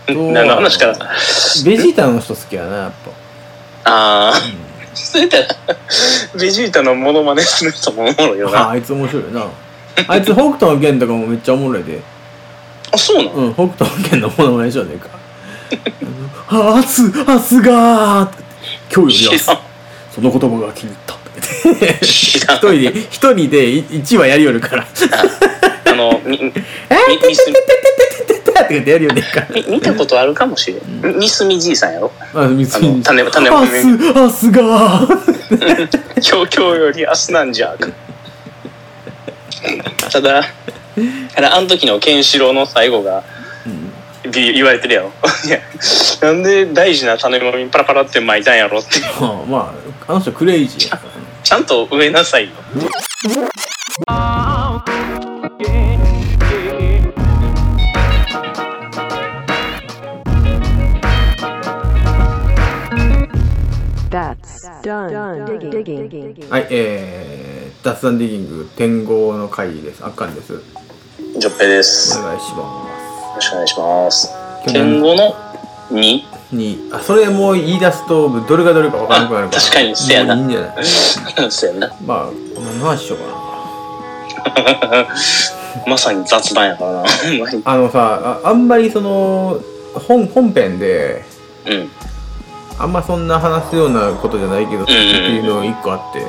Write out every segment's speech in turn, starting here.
何の話かな。 ベジータの人好きやなやっぱ。 ああ、それだベジータのモノマネする人もおもろいよな。 あいつ面白いな。あいつ北斗の拳とかもめっちゃおもろいで。 あ、そうなの？ うん、北斗の拳のモノマネしようねんか。あすがーって今日よりはその言葉が気に入ったって一人で1話やりよるから見たことあるかもしれん。ミスミじいさんやろ。 ミスミ種もあすがー今日より明日なんじゃただあの時のケンシロウの最後が言われてるやろ。いやなんで大事な種もみパラパラって巻いたんやろって。 まああの人クレイジーやからね。 ちゃんと植えなさいよ。 はい、雑談ディギング天狗の会です。あっかんです。 ジョッペです。 お願いします。 よろしくお願いします。天狗の2 あ、それもう言い出すとどれがどれか分からなくなるから。 確かにそうやな。 もういいんじゃないそうやな。 まあ何の話しようかな。 まさに雑談やからな。 さ あんまりその本編で、あんまそんな話すようなことじゃないけどっていうのが1個あって、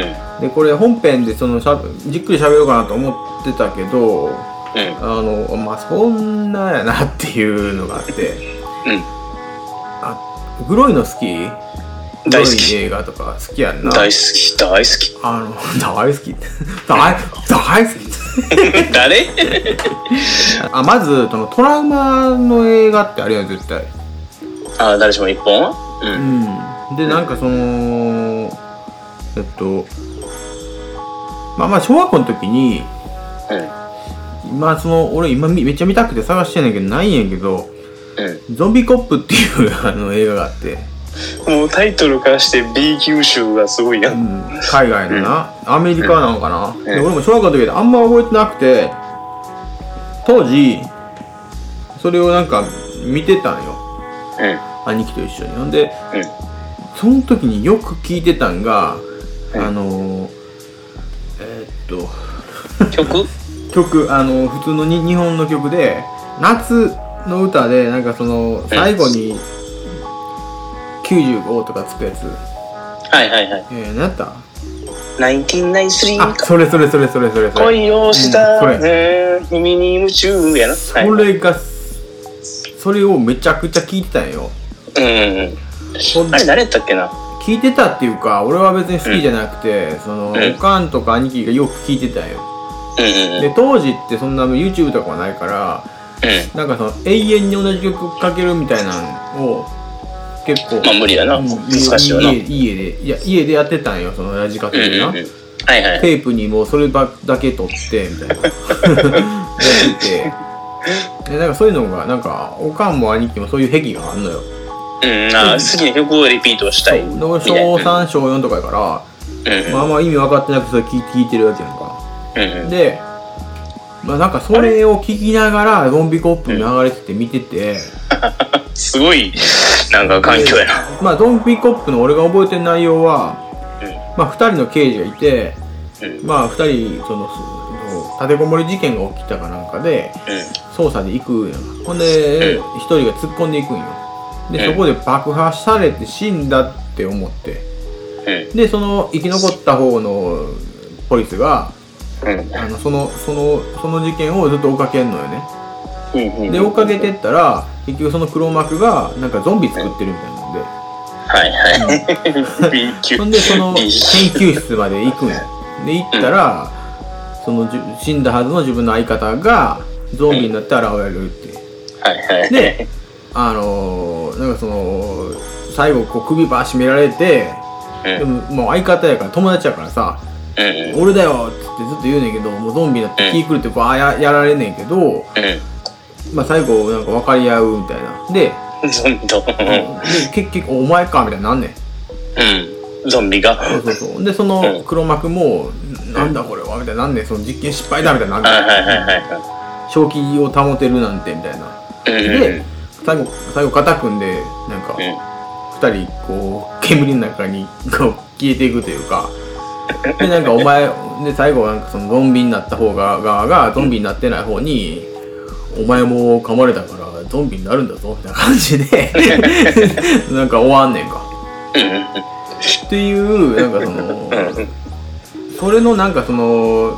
でこれ本編でそのじっくり喋ろうかなと思ってたけど、まあそんなやなっていうのがあって、グロいの好き？ 大好き。 映画とか好きやんな。 大好き。 大好き誰？ まずそのトラウマの映画ってあるやん絶対。 誰しも一本？ でなんかそのまあ小学校の時に、俺今めっちゃ見たくて探してんねんけどないんやけど、ゾンビコップっていう映画があって、 もうタイトルからして B 級集がすごいやん。 海外のな、アメリカなのかな、で俺も小学校の時であんま覚えてなくて、当時それをなんか見てたんよ、兄貴と一緒に。ほんで、その時によく聴いてたんが、曲普通の日本の曲で、夏の歌でなんかその最後に95とかつくやつ。何やった？ 1993。 あ、それ。 恋をした君に夢中やな。 それをめちゃくちゃ聴いてたんよ。 あれ誰やったっけな。 聴いてたっていうか、俺は別に好きじゃなくて、そのおかんとか兄貴がよく聴いてたんよ。で当時ってそんな YouTube とかはないから、なんかその永遠に同じ曲かけるみたいなのを結構無理だな、難しいよな。 家でやってたんよ、そのラジカセでな。テープにもうそれだけ取ってみたいなやってて、なんかそういうのがなんかおかんも兄貴もそういう癖があんのよ。 好きな曲をリピートしたいみたいな。 小3小4とかやから、まあ意味分かってなくてそれ聞いてるわけやんか。で、なんかそれを聞きながらゾンビコップ流れてて見てて、 すごいなんか環境やな。 ゾンビコップの俺が覚えてる内容は、2人の刑事がいて、2人その立てこもり事件が起きたかなんかで、捜査で行くんやん。ほんで、1人が突っ込んでいくんよ。でそこで爆破されて死んだって思って、でその生き残った方のポリスが、その事件をずっと追っかけんのよね。で追っかけてったら結局その黒幕がなんかゾンビ作ってるみたいなんで、ほんでその研究室まで行くんや。で行ったら、その死んだはずの自分の相方がゾンビになって現れるって。でなんかその最後こう首バー締められて、でももう相方やから友達やからさ、俺だよっつってずっと言うねんけど、もうゾンビになって気狂ってバーやられんねんけど、最後なんか分かり合うみたいな。で結局お前かみたいになんねん。 ゾンビが。 そうでその黒幕も、なんだこれはみたいななんねん。その実験失敗だみたいななんねん。正気を保てるなんてみたいな。で最後肩組んでなんか2人こう煙の中にこう消えていくというかでなんかお前で最後なんかそのゾンビになった方側がゾンビになってない方にお前も噛まれたからゾンビになるんだぞみたいな感じでなんか終わんねんかっていうなんかそのそれのなんかその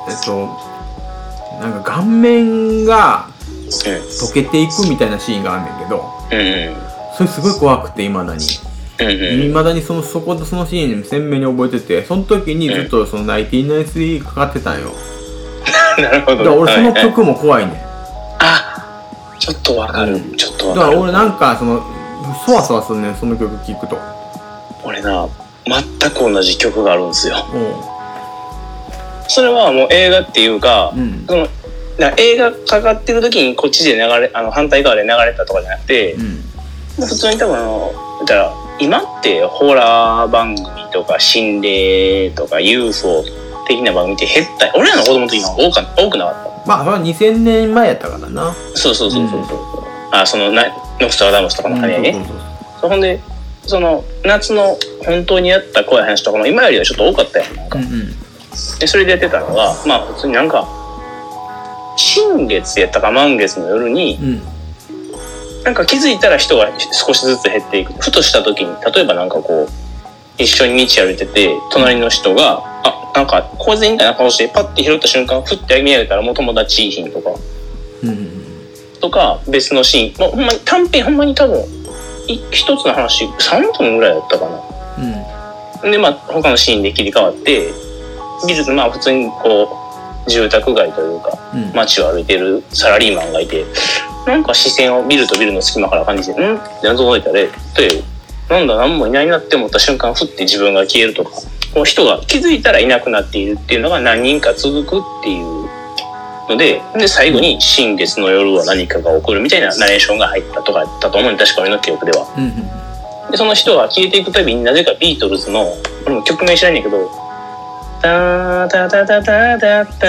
なんか顔面が溶けていくみたいなシーンがあんねんけど、それすごい怖くて未だにそのシーン鮮明に覚えてて、その時にずっとそのナインティナイン3かかってたんよ。 なるほど。 だから俺その曲も怖いねん。 あ、ちょっとわかる。ちょっとわかる。 だから俺なんかそのそわそわするねん、その曲聴くと。 俺な、全く同じ曲があるんですよ。それはもう映画っていうか、その映画かかってる時にこっちで反対側で流れたとかじゃなくて、普通に多分だから今ってホラー番組とか心霊とか UFO 的な番組って減った。俺らの子供の時の方が多くなかった。 まあそれは2000年前やったからな。 そう、そのノクストラダムスとかの羽ね。ほんでその夏の本当にやった怖い話とかも今よりはちょっと多かったやん。なんかでそれでやってたのがまあ普通になんか新月やったか満月の夜に、なんか気づいたら人が少しずつ減っていく。ふとした時に例えばなんかこう一緒に道歩いてて隣の人がなんか小銭みたいな顔してパッて拾った瞬間ふって見上げたらもう友達いいひんとか、とか別のシーン、ほんまに単品ほんまに多分一つの話3分ぐらいだったかな。でまあ他のシーンで切り替わって美術まあ普通にこう住宅街というか、街を歩いてるサラリーマンがいて、なんか視線をビルとビルの隙間から感じて、って覗いたら、なんだ何もいないなって思った瞬間、ふって自分が消えるとか、こう人が気づいたらいなくなっているっていうのが何人か続くっていうので、最後に新月の夜は何かが起こるみたいなナレーションが入ったとかだったと思うんで、確か俺の記憶では。でその人が消えていくたびになぜかビートルズの、俺も曲名知らないんだけど、タタタタタタタタ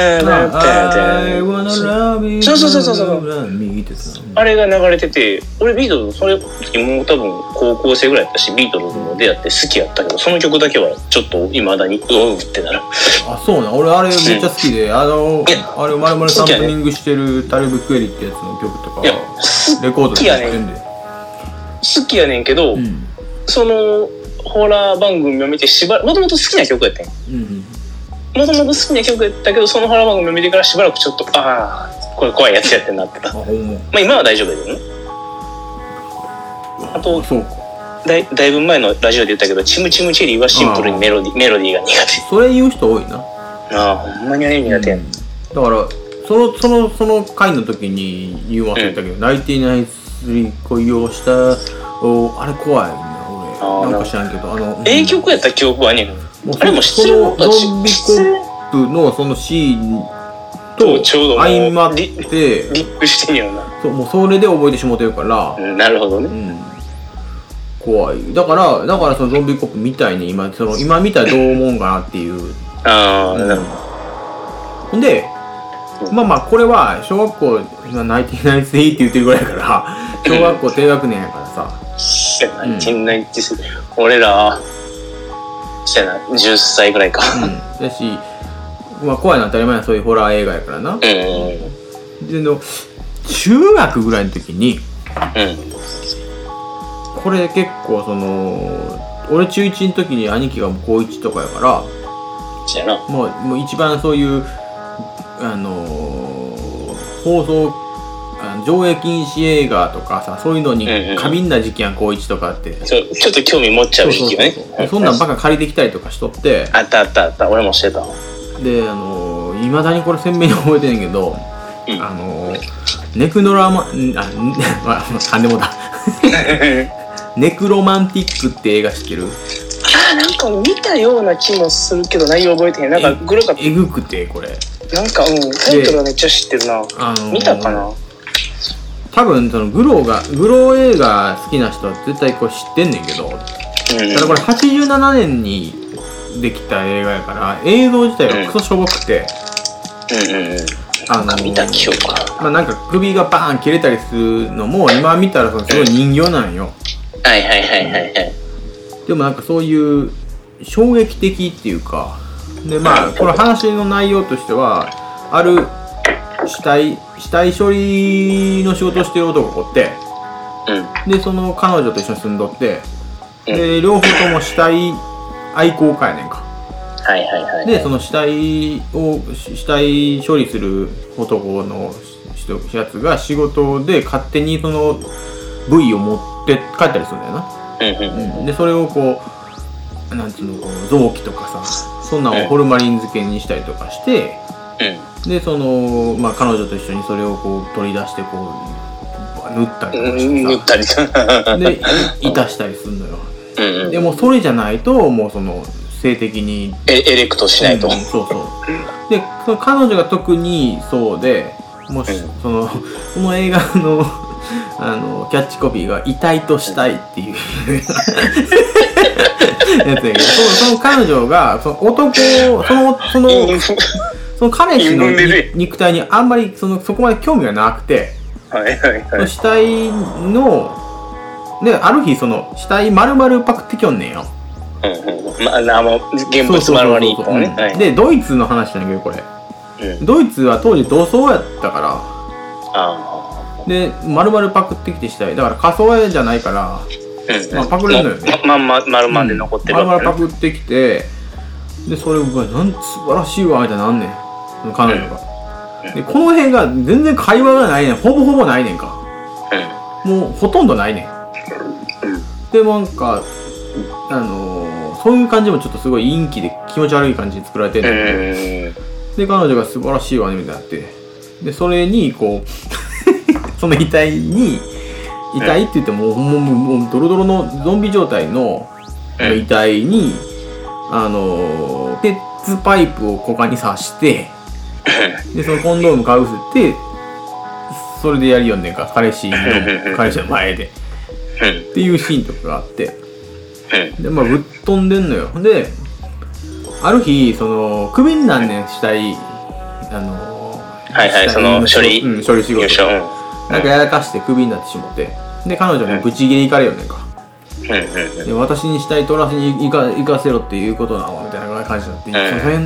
そうあれが流れてて、俺ビートルズそれ時もう多分高校生ぐらいだったし、ビートルズも出会って好きやったけど、その曲だけはちょっと未だにってなる。 あ、そうな。俺あれめっちゃ好きで、あれまるまるサンプリングしてるタリブ・クエリってやつの曲とかレコードでやってんで好きやねんけど、そのホラー番組を見てもともと好きな曲やったんや。もともと好きな曲やったけど、そのホラー番組を見てからしばらくちょっとこれ怖いやつやってなってた。まあ今は大丈夫だけどね。あとだいぶ前のラジオで言ったけど、チムチムチェリーはシンプルにメロディーが苦手。 それ言う人多いな。 ほんまにあれ苦手やん。 だからその回の時に言う忘れたけど、ナインティナイン3恋をしたあれ怖いな俺。なんか知らんけど曲やった記憶はね。あれもそのゾンビコップのそのシーンと相まってリップしてんやろな。 もうそれで覚えてしもうてるから、 なるほどね、 怖い。だからそのゾンビコップみたいに今見たらどう思うんかなっていうほんでまあこれは小学校今ナインティナイン3って言ってるぐらいやから小学校低学年やからさ、 ナインティナイン3俺ら10歳ぐらいか、 だし、まあ、怖いの当たり前なそういうホラー映画やからな、で中学ぐらいの時に、これ結構俺中1の時に兄貴が高1とかやからもう一番そういう放送上映禁止映画とかさ、そういうのに過敏な時期やん、高1とかってちょっと興味持っちゃう時期よね。 そんなんばっか借りてきたりとかしとって、 あった俺もしてた。 でいまだにこれ鮮明に覚えてんねんけど、ネクノラマなんでもだネクロマンティックって映画知ってる？ なんか見たような気もするけど内容覚えてへん。なんかグロかった。 えぐくてこれなんかタイトルはめっちゃ知ってるな。見たかな。 多分そのグロ映画好きな人は絶対これ知ってんねんけど、ただこれ87年にできた映画やから映像自体がクソしょぼくて、 見た記憶まあなんか首がバーン切れたりするのも今見たらすごい人形なんよ。 はいはいはいはいはい。 でもなんかそういう衝撃的っていうかでまあこの話の内容としてはある死体処理の仕事をしてる男がおって、でその彼女と一緒に住んどって、で両方とも死体愛好家やねんか。 はいはいはい。 でその死体処理する男のやつが仕事で勝手にその部位を持って帰ったりするんだよな。でそれをこうなんていうのこう臓器とかさそんなんをホルマリン漬けにしたりとかして、でそのまあ彼女と一緒にそれをこう取り出してこう塗ったりとかしてでいたしたりするのよ。でもそれじゃないともうその性的にエレクトしないと、 そうそうでその彼女が特にそうでもし、その映画のキャッチコピーが「痛いとしたい」っていうやつやけどその彼女がその男その彼氏の肉体にあんまりそこまで興味がなくて、死体のである日その死体丸々パクってきょんねんよ。 現物丸々一本ね。 でドイツの話なんだけどこれ、ドイツは当時土葬やったから、で丸々パクってきて死体だから火葬屋じゃないから、まあ、パクれるのよね。 丸々で残ってるわけね。 丸々パクってきてでそれがなん素晴らしいわみたいななんねん彼女が。でこの辺が全然会話がないねん。ほぼほぼないねんか。もうほとんどないねん。でもなんかそういう感じもちょっとすごい陰気で気持ち悪い感じで作られてるんだけど、で彼女が素晴らしいわねみたいになって、でそれにこうその遺体って言ってももうドロドロのゾンビ状態の遺体に鉄パイプを股間に刺してでそのコンドームかぶせてそれでやりよんねんか彼氏の前でっていうシーンとかがあって、でまあぶっ飛んでんのよ。である日そのクビになんねん死体その処理仕事なんかやらかしてクビになってしまって、で彼女にブチギレ行かれよんねんか。で私に死体取らせに行かせろっていうことなのみたいな感じになって、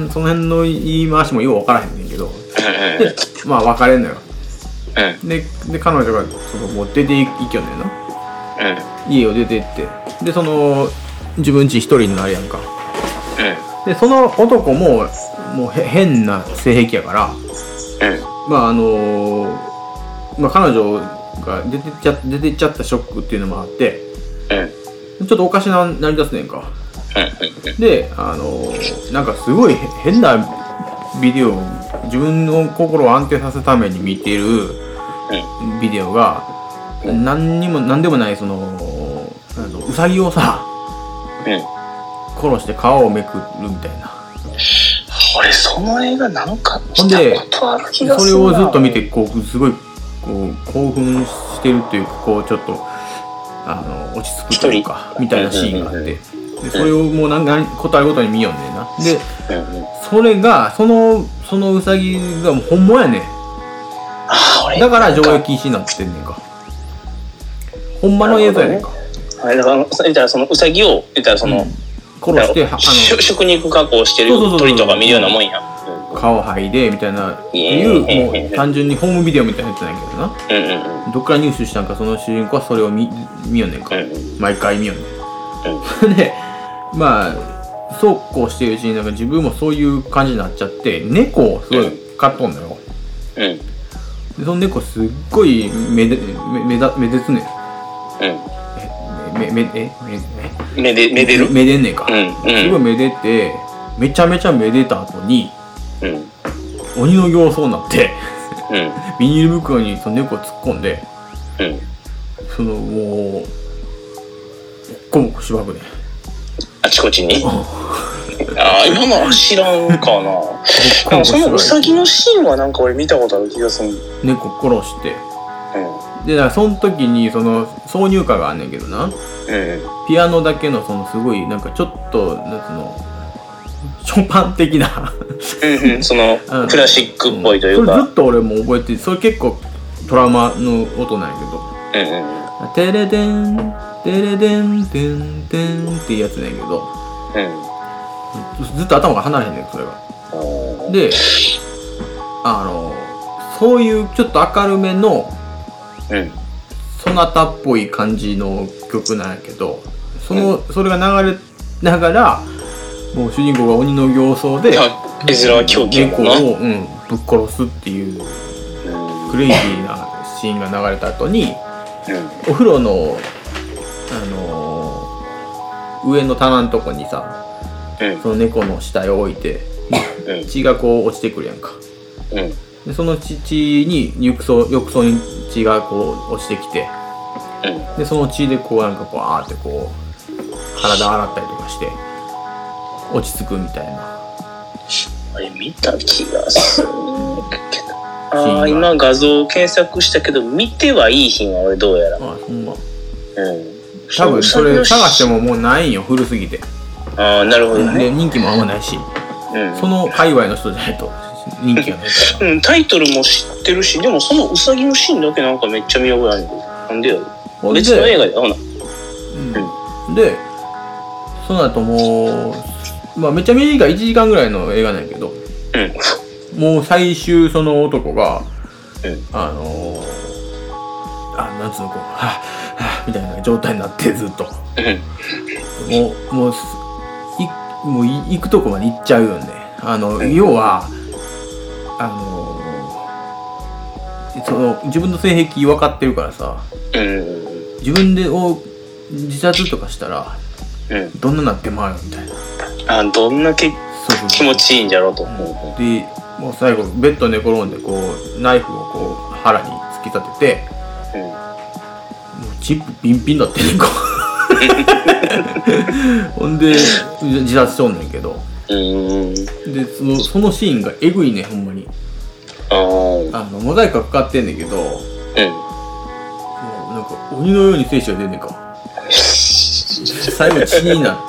その辺の言い回しもよう分からへんねんけど、でまあ別れんのよ。で彼女がもう出ていきよんねんな。家を出てってでその自分家一人になるやんか。でその男ももう変な性癖やから、まあまあ彼女が出てっちゃったショックっていうのもあって、ちょっとおかしなりだすねんか。でなんかすごい変なビデオ自分の心を安定させるために見てるビデオが何でもないそのウサギをさ、殺して皮をめくるみたいな。 俺その映画なんか見たことある気がするな。 それをずっと見てこうすごいこう興奮してるっていうかこうちょっと落ち着くというかみたいなシーンがあって、でそれをもうことあるごとに見よんねんな。でそれがそのウサギがもう本物やねん。だから上映禁止になってんねんか。ほんまの映像やねんか。 だからそのウサギをその殺して食肉加工してる鳥とか見るようなもんや。 皮剥いでみたいないうもう単純にホームビデオみたいなやつなんやけどな。どっから入手したんかその主人公はそれを見よんねんか。毎回見よんねん。でまあそうこうしてるうちになんか自分もそういう感じになっちゃって猫をすごい飼っとんのよ。でその猫すっごいめでつねん。めでんねんか。すごいめでてめちゃめちゃめでた後に、鬼の形相になって、ビニール袋にその猫を突っ込んで、そのもうボッコボコしばくね。 あちこちに。今のは知らんかな。そのウサギのシーンはなんか俺見たことある気がする。 猫殺して。でだからその時にその挿入歌があんねんけどな、ピアノだけのそのすごいなんかちょっとなんつうのショパン的なそのクラシックっぽいというか、 それずっと俺も覚えて、それ結構トラウマの音なんやけど、テレデンテレデンテンテンっていうやつなんやけど、ずっと頭が離れへんねんそれが。でそういうちょっと明るめの、ソナタっぽい感じの曲なんやけど、それが流れながらもう主人公が鬼の形相で猫を、ぶっ殺すっていうクレイジーなシーンが流れた後に、お風呂の上の棚のとこにさ、その猫の死体を置いて、血がこう落ちてくるやんか。でその血に浴槽に血がこう落ちてきて、でその血でこうなんかこうあーってこう体洗ったりとかして落ち着くみたいな。 あれ見た気がするけど、今画像検索したけど見てはいい日が俺どうやら。 ほんま。多分それ探してももうないんよ、古すぎて。 なるほどね。 で人気もあんまないし、その界隈の人じゃないと人気がないから。タイトルも知ってるし、でもそのウサギのシーンだけなんかめっちゃ見覚えあるんだけど、なんでやろ。別の映画でほな。でその後もうめっちゃ短い1時間ぐらいの映画なんやけど、もう最終その男が、なんつうのこうはぁみたいな状態になってずっと、もう行くとこまで行っちゃうよね。要はその自分の性癖分かってるからさ、自分で自殺とかしたら、どんななってまうみたいな。 どんな気持ちいいんじゃろうと。 でもう最後ベッド寝転んでこうナイフをこう腹に突き立てて、もうチップピンピンだってねんかほんで自殺しとんねんけど、でそのシーンがエグいねほんまに。モザイクがかかってんねんけど、もうなんか鬼のように精子が出んねんか最後血になって、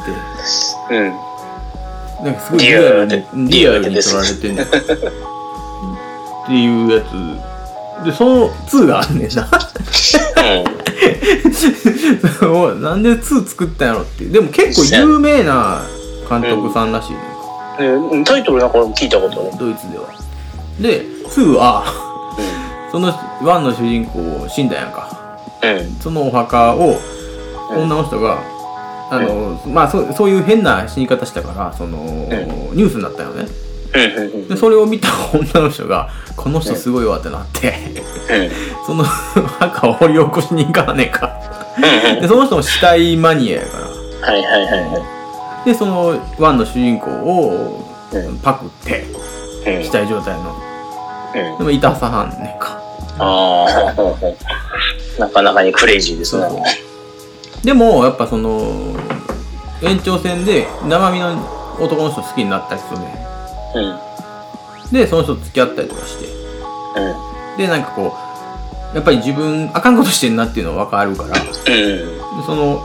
なんかすごいリアルに撮られてんねんっていうやつで、その2があんねんななんで2作ったんやろっていう。でも結構有名な監督さんらしいねんか。 タイトルなんか聞いたことある、 ドイツでは。で2はその1の主人公死んだやんか、そのお墓を女の人がそういう変な死に方したからニュースになったよね。でそれを見た女の人がこの人すごいわってなってその墓を掘り起こしに行かねえかでその人も死体マニアやから、でその1の主人公をパクって死体状態の、でも痛さはんねんか。 なかなかにクレイジーですね。 でもやっぱその延長戦で生身の男の人好きになったりするね。でその人と付き合ったりとかして、でなんかこうやっぱり自分あかんことしてんなっていうのは分かるから、その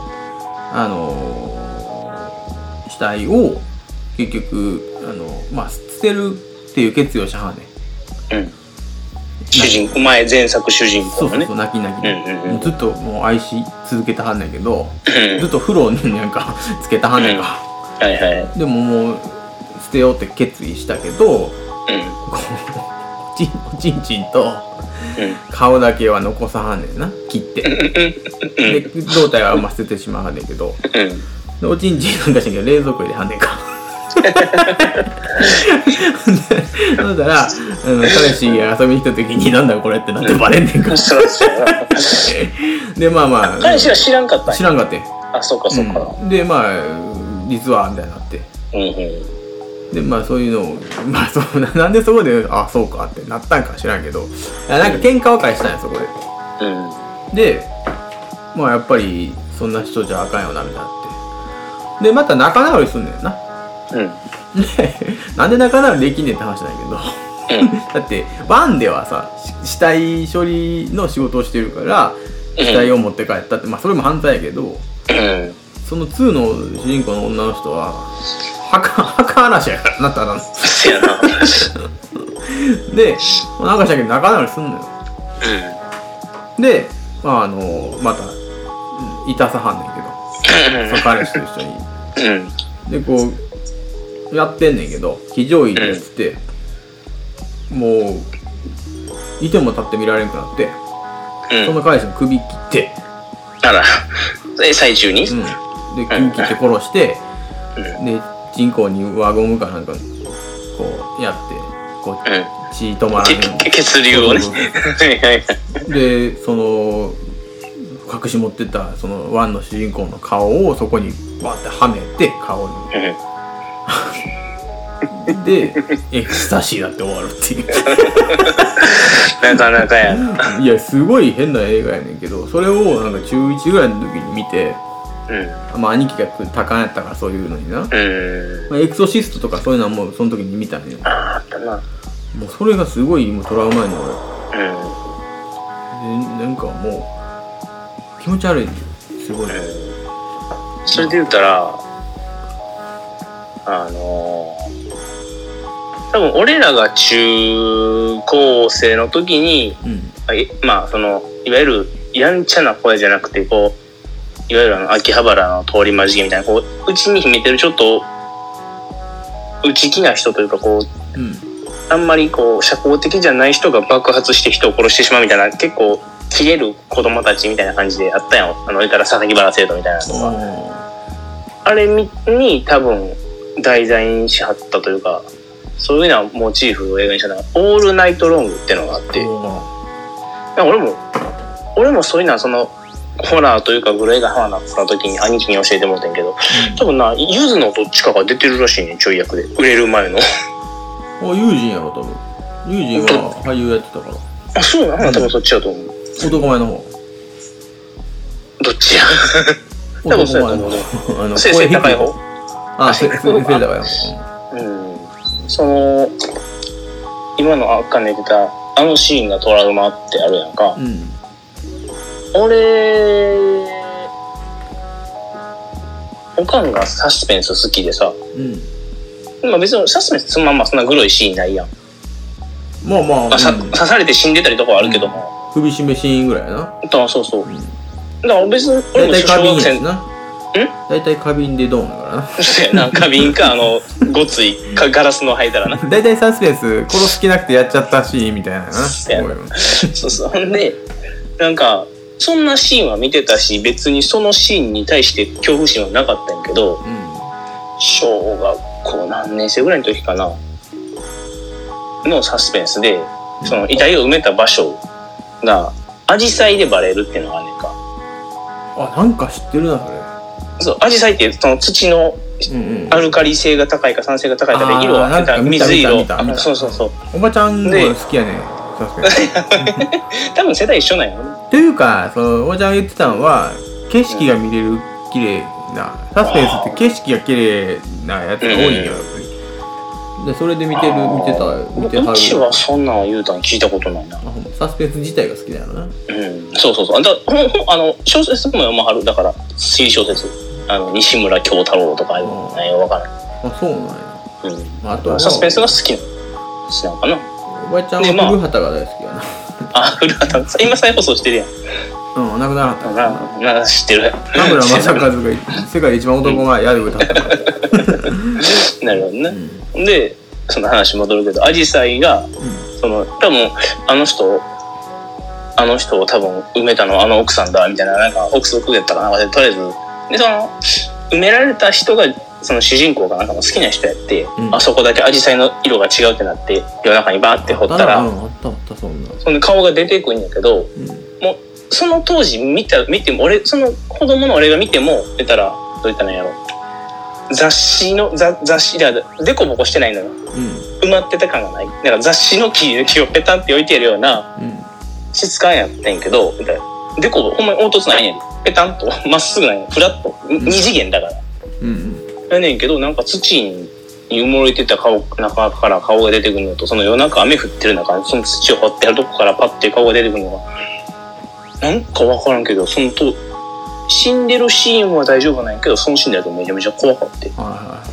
死体を結局捨てるっていう決意をしはんねん。 前作主人公のね。 そう泣き泣き、ずっともう愛し続けたはんねんけど、ずっと風呂になんかつけたはんねんか。でももう捨てようって決意したけど、おちんちんと顔だけは残さはんねんな、切ってで胴体は捨ててしまはんねんけど、でおちんちんなんかしんけど冷蔵庫入れはんねんかそうだら彼氏が遊びに来た時になんだこれってなってバレんねんかで彼氏は知らんかったんや。 知らんかって。 そうかそうか、 で実はみたいになって、でそういうのをなんでそこでそうかってなったんか知らんけど、なんか喧嘩別れしたんやそこで、でやっぱりそんな人じゃあかんよなみたいになって、でまた仲直りすんねんな。でなんで仲直りできんねんって話なんやけど、だって1ではさ死体処理の仕事をしてるから死体を持って帰ったって、それも犯罪やけど、その2の主人公の女の人は墓嵐やからな、ただの。 せやな。 で、なんかしたけど仲直りすんのよ。で、また、いたさはんねんけど、その彼氏と一緒に。で、こう、やってんねんけど、非常位のやつって、もう、いても立って見られんくなって、その彼氏の首切って、 あら、最中に、 で、首切って殺して、で、人工に輪ゴムかなんか、こう、やって、こう、血止まらん。 血流をね。 で、その、隠し持ってた、その、ワンの主人公の顔をそこに、バーってはめて、顔に。で、エクスタシーだって終わるっていう。 なかなかやな。 いや、すごい変な映画やねんけど、それをなんか中1ぐらいの時に見て、まあ兄貴が多感やったからそういうのにな、まあ、エクソシストとかそういうのはもうその時に見たんよ。 あったな。 もうそれがすごいもうトラウマやねん俺。でなんかもう気持ち悪いんすごい。 それで言ったら多分俺らが中高生の時に、まあそのいわゆるやんちゃな声じゃなくてこういわゆる秋葉原の通り魔事件みたいなこう内に秘めてるちょっと内気な人というかこう、あんまりこう社交的じゃない人が爆発して人を殺してしまうみたいな結構切れる子供たちみたいな感じであったやん。言ったら佐々木原生徒みたいなのがあれに多分題材にしはったというかそういうようなモチーフを映画にしたのがオールナイトロングっていうのがあって、俺もそういうのはそのホラーというかグレーがハマった時に兄貴に教えてもらってんけど、多分なゆずのどっちかが出てるらしいねんちょい役で売れる前の。 ユージンやろ多分。ユージンは俳優やってたから。 あ、そうなの？多分そっちやと思う。 男前の方。 どっちや？多分そうやと思う。背高い方？ あ、背高い方。 その今のあっかんで言ってたあのシーンがトラウマってあるやんか。俺おかんがサスペンス好きでさ、まあ別にサスペンスそんなグロいシーンないやん。まあ刺されて死んでたりとかはあるけども、 首絞めシーンぐらいやな。 そうそう、だから別に俺も小学生大体花瓶でドンだからな。 そうやな、花瓶かごついガラスの入ったらな。 大体サスペンス殺す気なくてやっちゃったシーンみたいなな。 そうそう。ほんでなんかそんなシーンは見てたし別にそのシーンに対して恐怖心はなかったんやけど、小学校何年生ぐらいの時かなのサスペンスでその遺体を埋めた場所がアジサイでバレるっていうのがあんねんか。 あ、なんか知ってるなそれ。 そう、アジサイってその土のアルカリ性が高いか酸性が高いかで色は水色。そうそうそう。 おばちゃんも好きやねん。 多分世代一緒なんやろ。 っていうかそのおばちゃんが言ってたのは景色が見れる綺麗なサスペンスって景色が綺麗なやつが多いんよやっぱり。でそれで見てはうちはそんなん言うたん聞いたことないな。 サスペンス自体が好きだよな。 そうそうそう。小説も読まはる。だから推理小説西村京太郎とかああいうの内容わからない。 あ、そうなんや。 あとサスペンスが好きなのかな。 おばちゃんは古畑が大好きやな。 あ、古畑今再放送してるやん。 亡くならはった。 知ってる。 田村正和が世界で一番男前やで歌った。 なるほどね。でその話戻るけどアジサイが、その多分あの人を多分埋めたのは奥さんだみたいななんか憶測やったかなんかでとりあえずでその埋められた人がその主人公がなんか好きな人やって、あそこだけアジサイの色が違うってなって夜中にバーって掘ったらそんで顔が出てくるんやけど、もうその当時見てもその子供の俺が見ても出たらどう言ったらいいんやろ、雑誌でデコボコしてないのよ、埋まってた感がない。だから雑誌の切り抜きをペタンって置いてるような質感やってんけど、デコボコほんまに凹凸ないねん。ペタンとまっすぐないねん。フラット二次元だから、やねんけどなんか土に埋もれてた中から顔が出てくるのと、その夜中雨降ってる中その土を掘ってあるとこからパッて顔が出てくるのがなんか分からんけど、そのと死んでるシーンは大丈夫なんやけどそのシーンだとめちゃめちゃ怖かって、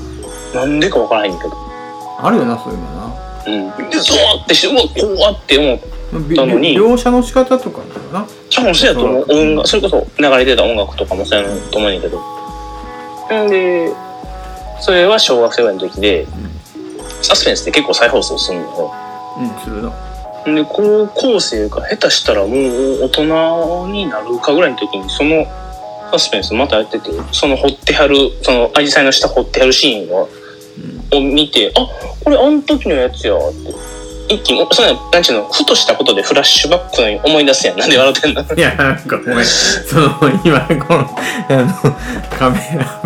なんでか分からへんけど。 あるよな、そういうのな。 で、ゾーってして、うわ、怖って思ったのに。 描写の仕方とかな。 そうやと思う。音楽、それこそ流れてた音楽とかもそうやと思うんやけど。で、それは小学生ぐらいの時で、サスペンスって結構再放送するのよ。 するな。 で、高校生が下手したらもう大人になるかぐらいの時に、そのサスペンスまたやってて、その掘ってはる、そのアジサイの下掘ってはるシーンを見て、あ、これあの時のやつやって。一気に、そういうの、なんちゅうの、ふとしたことでフラッシュバックのように思い出すやん。なんで笑ってんの？ いや、なんかごめん。今、この、カメラ、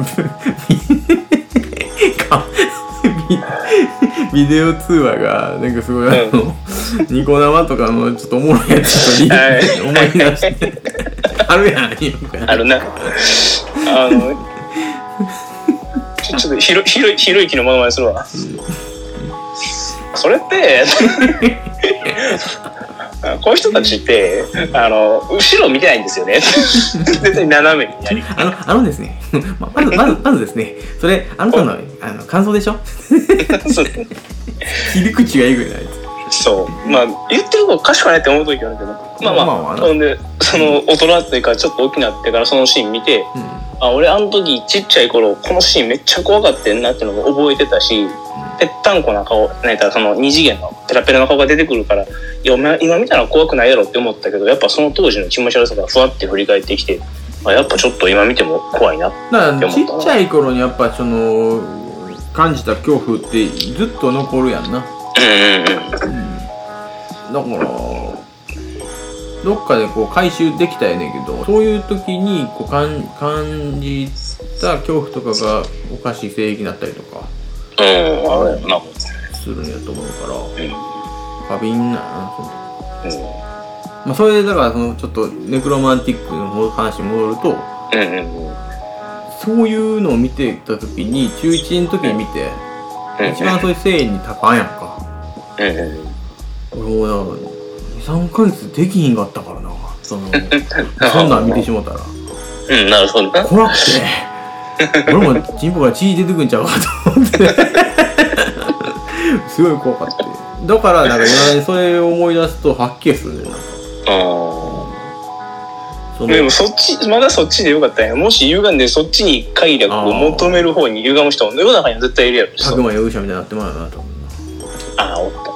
ビデオ通話が、なんかすごい、ニコ生とかのちょっとおもろいやつと思い出して。あるやん、 あるな。ちょっとひろゆきのものまねするわ。それってこういう人たちって後ろ見てないんですよね。絶対斜めにやり。 ですね。まずですね。それあなたの感想でしょ。切り口がエグいなやつ。そう。まあ言ってること賢くないって思う時あるけど。まあでその大人っていうかちょっと大きくなってからそのシーン見て、俺あの時ちっちゃい頃このシーンめっちゃ怖かったなっていうのを覚えてたし。ぺったんこな顔、なんかその二次元のペラペラの顔が出てくるから、今見たら怖くないやろって思ったけど、やっぱその当時の気持ち悪さがふわって振り返ってきて、やっぱちょっと今見ても怖いなって思った。 ちっちゃい頃にやっぱその感じた恐怖ってずっと残るやんな。だからどっかでこう回収できたやねんけど、そういう時にこう感じた恐怖とかがおかしい性域になったりとか。するんやと思うから、過敏なまあそれでだからそのちょっとネクロマンティックの話に戻ると、そういうのを見てた時に中1の時に見て、一番そういう性に高んやんか。俺もな 2,3 ヶ月できひんかったからな。そんなん見てしもたら。 なるほど。 怖くて。俺もチンポから血出てくんちゃうかと思ってすごい怖かった。だからなんか今それを思い出すとはっきりするね。なんかでもまだそっちでよかったんや。もし歪んでそっちに快楽を求める方に歪む人も世の中には絶対いるやろ。 たくま容疑者みたいになってまうよな多分な。 おった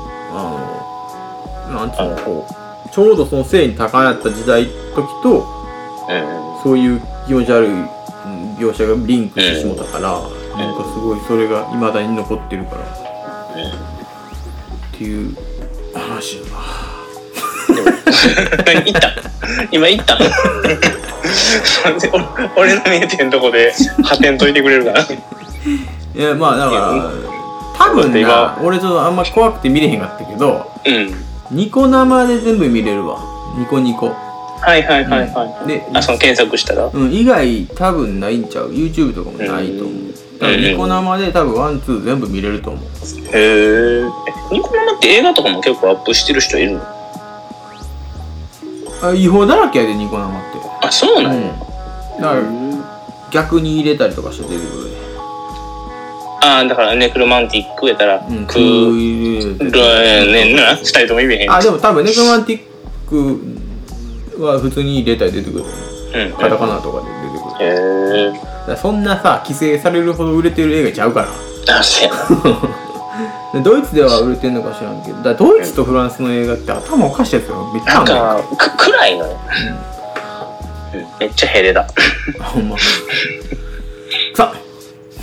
な。なんつうのこうちょうどその性に高鳴った時代時と、そういう気持ち悪い描写がリンクしてしもたから、なんかすごいそれが未だに残ってるから、っていう話やな。今言った俺の見えてんとこで破天といてくれるかな。いやまあだから多分な、俺ちょっとあんま怖くて見れへんかったけど、ニコ生で全部見れるわ。ニコニコ。で、 その検索したら、 以外多分ないんちゃう。 YouTube とかもないと思う。ニコ生で多分ワンツー全部見れると思う。 へえ。ニコ生って映画とかも結構アップしてる人いるの？ 違法だらけやでニコ生って。 そうなんや。 だから逆に入れたりとかして出てくるで。 だからネクロマンティックやったらクールねんな。2人とも言えへん。 でも多分ネクロマンティックは普通に入れたり出てくる。カタカナとかで出てくる。そんなさ規制されるほど売れてる映画ちゃうから。 そうやな。ドイツでは売れてんのか知らんけど、ドイツとフランスの映画って頭おかしいやつよ。めっちゃなんか暗いのよ。めっちゃヘレだ。 ほんま。さあ。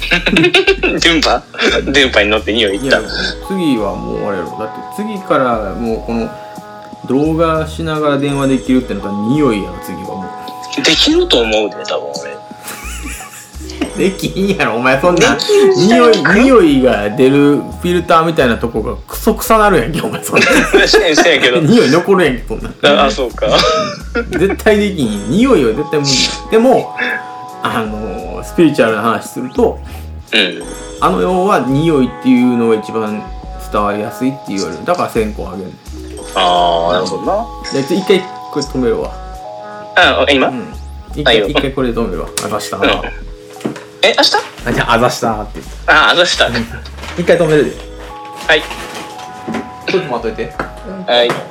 電波に乗って匂いいった。 次はもうあれやろ。だって次からもうこの動画しながら電話できるってのが匂いやろ。次はもうできると思うで多分俺。 できんやろお前。そんな匂いが出るフィルターみたいなとこがクソ臭なるやんけお前。そんなそうやけど匂い残るやんけそんな。 そうか。 絶対できん。匂いは絶対無理。でもスピリチュアルな話すると、要は匂いっていうのが一番伝わりやすいって言われる。だから1000個あげる。 なるほどな。 で一回これ止めるわ。 今？ 一回これ止めるわ。明かしたな。 明日？ じゃあ、あざしたって言って。 あざした。 一回止めるで。 はい。 ちょっと待っといて。 はい。